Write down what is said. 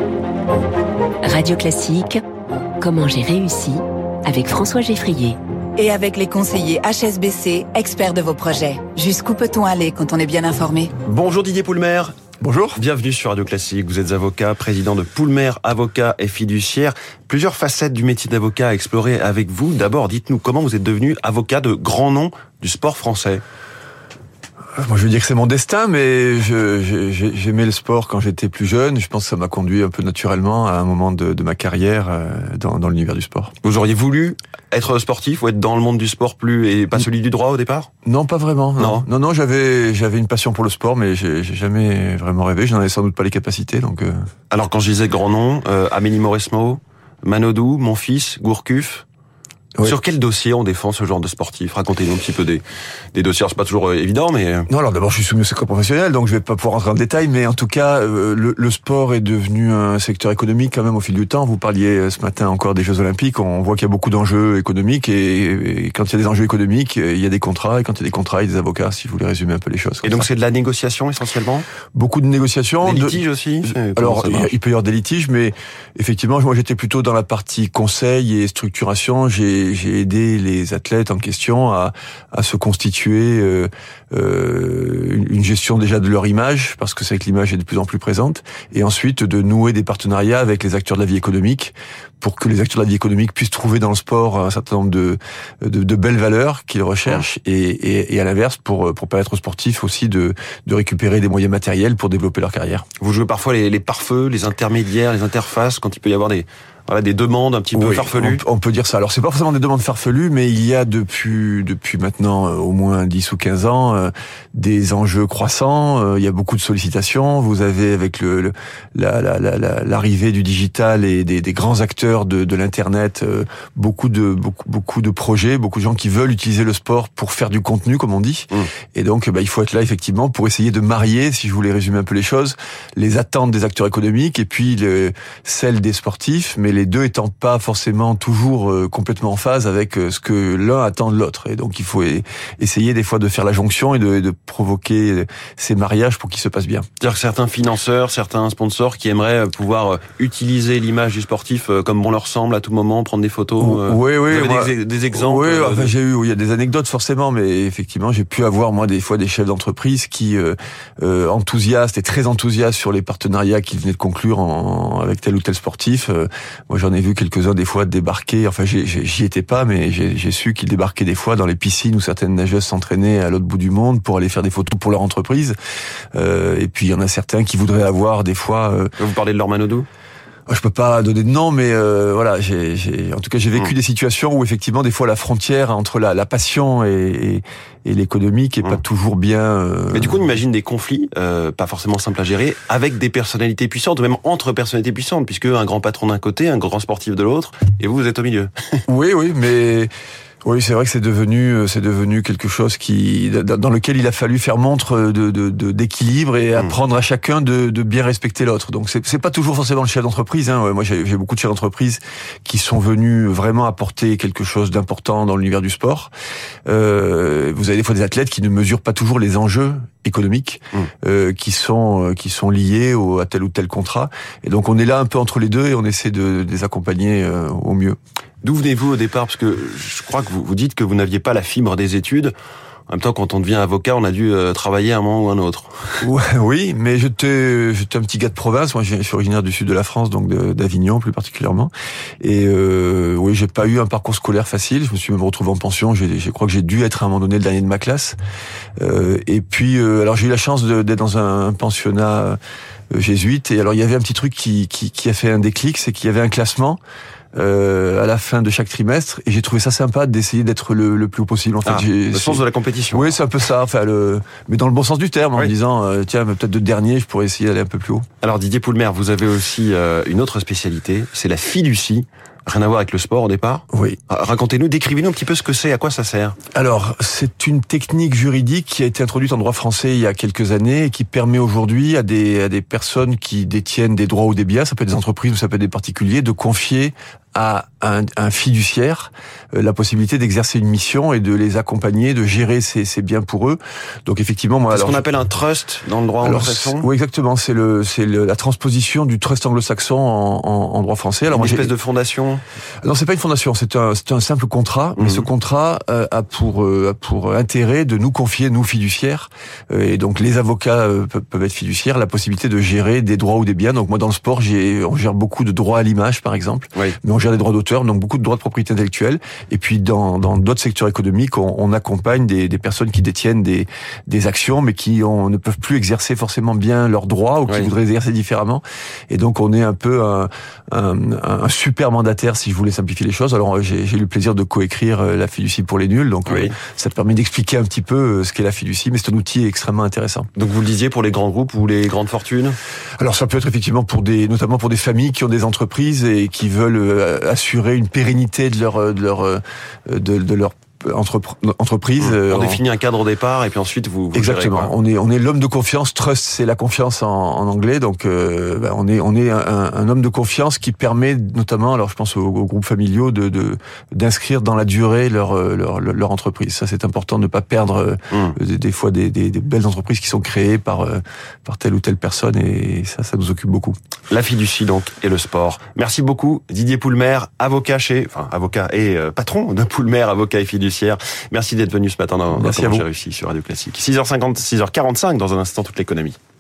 Radio Classique, comment j'ai réussi avec François Geffrier. Et avec les conseillers HSBC, experts de vos projets. Jusqu'où peut-on aller quand on est bien informé ? Bonjour Didier Poulmer. Bonjour. Bienvenue sur Radio Classique. Vous êtes avocat, président de Poulmer Avocat et Fiduciaire. Plusieurs facettes du métier d'avocat à explorer avec vous. D'abord, dites-nous comment vous êtes devenu avocat de grand nom du sport français. Moi, je veux dire que c'est mon destin, mais j'aimais le sport quand j'étais plus jeune. Je pense que ça m'a conduit un peu naturellement à un moment de ma carrière dans l'univers du sport. Vous auriez voulu être sportif ou être dans le monde du sport et pas celui du droit au départ ? Non, pas vraiment. Non, j'avais une passion pour le sport, mais j'ai jamais vraiment rêvé. Je n'en avais sans doute pas les capacités, donc. Alors, quand je disais grand nom, Amélie Mauresmo, Manodou, Monfils, Gourcuff. Oui. Sur quel dossier on défend ce genre de sportif ? Racontez-nous un petit peu des dossiers. Alors, c'est pas toujours évident, mais... Non, alors d'abord, je suis soumis au secret professionnel, donc je vais pas pouvoir rentrer en détail, mais en tout cas, le sport est devenu un secteur économique quand même au fil du temps. Vous parliez ce matin encore des Jeux Olympiques. On voit qu'il y a beaucoup d'enjeux économiques, et quand il y a des enjeux économiques, il y a des contrats, et quand il y a des contrats, il y a des avocats, si vous voulez résumer un peu les choses. Et donc, c'est de la négociation essentiellement ? Beaucoup de négociations. Des litiges aussi ? Alors, il peut y avoir des litiges, mais effectivement, moi, j'étais plutôt dans la partie conseil et structuration. J'ai aidé les athlètes en question à se constituer une gestion déjà de leur image, parce que c'est que l'image est de plus en plus présente, et ensuite de nouer des partenariats avec les acteurs de la vie économique pour que les acteurs de la vie économique puissent trouver dans le sport un certain nombre de belles valeurs qu'ils recherchent, et à l'inverse pour permettre aux sportifs aussi de récupérer des moyens matériels pour développer leur carrière. Vous jouez parfois les pare-feux, les intermédiaires, les interfaces, quand il peut y avoir des demandes un petit peu farfelues. On peut dire ça. Alors, c'est pas forcément des demandes farfelues, mais il y a depuis maintenant au moins 10 ou 15 ans des enjeux croissants. Il y a beaucoup de sollicitations. Vous avez avec l'arrivée du digital et des grands acteurs de l'internet, beaucoup de projets, beaucoup de gens qui veulent utiliser le sport pour faire du contenu, comme on dit. Et donc, il faut être là effectivement pour essayer de marier, si je voulais résumer un peu les choses, les attentes des acteurs économiques et puis celles des sportifs, mais les deux étant pas forcément toujours complètement en phase avec ce que l'un attend de l'autre. Et donc, il faut essayer des fois de faire la jonction et de provoquer ces mariages pour qu'ils se passent bien. C'est-à-dire que certains financeurs, certains sponsors qui aimeraient pouvoir utiliser l'image du sportif comme bon leur semble à tout moment, prendre des photos. Oui. Vous avez des exemples. Oui, enfin, il y a des anecdotes forcément, mais effectivement, j'ai pu avoir moi des fois des chefs d'entreprise qui enthousiastes et très enthousiastes sur les partenariats qu'ils venaient de conclure avec tel ou tel sportif. Moi, j'en ai vu quelques-uns des fois débarquer. Enfin, j'y étais pas, mais j'ai su qu'ils débarquaient des fois dans les piscines où certaines nageuses s'entraînaient à l'autre bout du monde pour aller faire des photos pour leur entreprise. Et puis, il y en a certains qui voudraient avoir des fois... Vous parlez de Laure Manodou ? Je peux pas donner de nom, mais voilà, en tout cas, j'ai vécu des situations où effectivement, des fois, la frontière entre la passion et l'économique est pas toujours bien. Mais du coup, on imagine des conflits, pas forcément simples à gérer, avec des personnalités puissantes, ou même entre personnalités puissantes, puisque un grand patron d'un côté, un grand sportif de l'autre, et vous êtes au milieu. Oui, mais. Oui, c'est vrai que c'est devenu quelque chose dans lequel il a fallu faire montre d'équilibre et apprendre à chacun de bien respecter l'autre. Donc c'est pas toujours forcément le chef d'entreprise, hein. Moi j'ai beaucoup de chefs d'entreprise qui sont venus vraiment apporter quelque chose d'important dans l'univers du sport. Vous avez des fois des athlètes qui ne mesurent pas toujours les enjeux économiques qui sont liés à tel ou tel contrat. Et donc on est là un peu entre les deux et on essaie de les accompagner au mieux. D'où venez-vous au départ ? Parce que je crois que vous dites que vous n'aviez pas la fibre des études. En même temps, quand on devient avocat, on a dû travailler à un moment ou un autre. Oui, mais j'étais un petit gars de province. Moi, je suis originaire du sud de la France, donc d'Avignon plus particulièrement. Et oui, j'ai pas eu un parcours scolaire facile. Je me suis même retrouvé en pension. Je crois que j'ai dû être à un moment donné le dernier de ma classe. Et puis, alors j'ai eu la chance d'être dans un pensionnat jésuite. Et alors, il y avait un petit truc qui a fait un déclic, c'est qu'il y avait un classement à la fin de chaque trimestre, et j'ai trouvé ça sympa d'essayer d'être le plus haut possible. En fait, le sens de la compétition. Oui, c'est un peu ça. Enfin, mais dans le bon sens du terme, en me disant tiens, peut-être de dernier, je pourrais essayer d'aller un peu plus haut. Alors Didier Poulmer, vous avez aussi une autre spécialité, c'est la fiducie. Rien à voir avec le sport au départ. Oui. Racontez-nous, décrivez-nous un petit peu ce que c'est, à quoi ça sert. Alors, c'est une technique juridique qui a été introduite en droit français il y a quelques années et qui permet aujourd'hui à des personnes qui détiennent des droits ou des biens, ça peut être des entreprises ou ça peut être des particuliers, de confier à un fiduciaire la possibilité d'exercer une mission et de les accompagner, de gérer ces biens pour eux. Donc effectivement, moi, c'est ce qu'on appelle un trust dans le droit anglo-saxon. Oui, exactement. C'est la transposition du trust anglo-saxon en droit français. Alors une espèce de fondation. Non, c'est pas une fondation. C'est un simple contrat. Mais ce contrat a pour intérêt de nous confier, nous fiduciaires, et donc les avocats peuvent être fiduciaires, la possibilité de gérer des droits ou des biens. Donc moi, dans le sport, on gère beaucoup de droits à l'image, par exemple. Oui. Mais on gère des droits d'auteur, donc beaucoup de droits de propriété intellectuelle. Et puis dans d'autres secteurs économiques, on accompagne des personnes qui détiennent des actions, mais qui ne peuvent plus exercer forcément bien leurs droits ou qui voudraient exercer différemment. Et donc on est un peu un super mandataire, si je voulais simplifier les choses. Alors j'ai eu le plaisir de coécrire la fiducie pour les nuls, donc ça permet d'expliquer un petit peu ce qu'est la fiducie, mais c'est un outil extrêmement intéressant. Donc vous le disiez pour les grands groupes ou les grandes fortunes? Alors ça peut être effectivement notamment pour des familles qui ont des entreprises et qui veulent assurer une pérennité de leur entreprise. On définit un cadre au départ et puis ensuite vous exactement. Gérez, on est l'homme de confiance. Trust, c'est la confiance en anglais. Donc on est un homme de confiance qui permet notamment, alors je pense aux groupes familiaux, d'inscrire dans la durée leur entreprise. Ça c'est important de ne pas perdre des fois des belles entreprises qui sont créées par telle ou telle personne, et ça nous occupe beaucoup. La fiducie donc et le sport. Merci beaucoup Didier Poulmer, avocat et patron de Poulmer, avocat et fiduciaire. Merci d'être venu ce matin dans Comment j'ai réussi sur Radio Classique. 6h50, 6h45 dans un instant toute l'économie.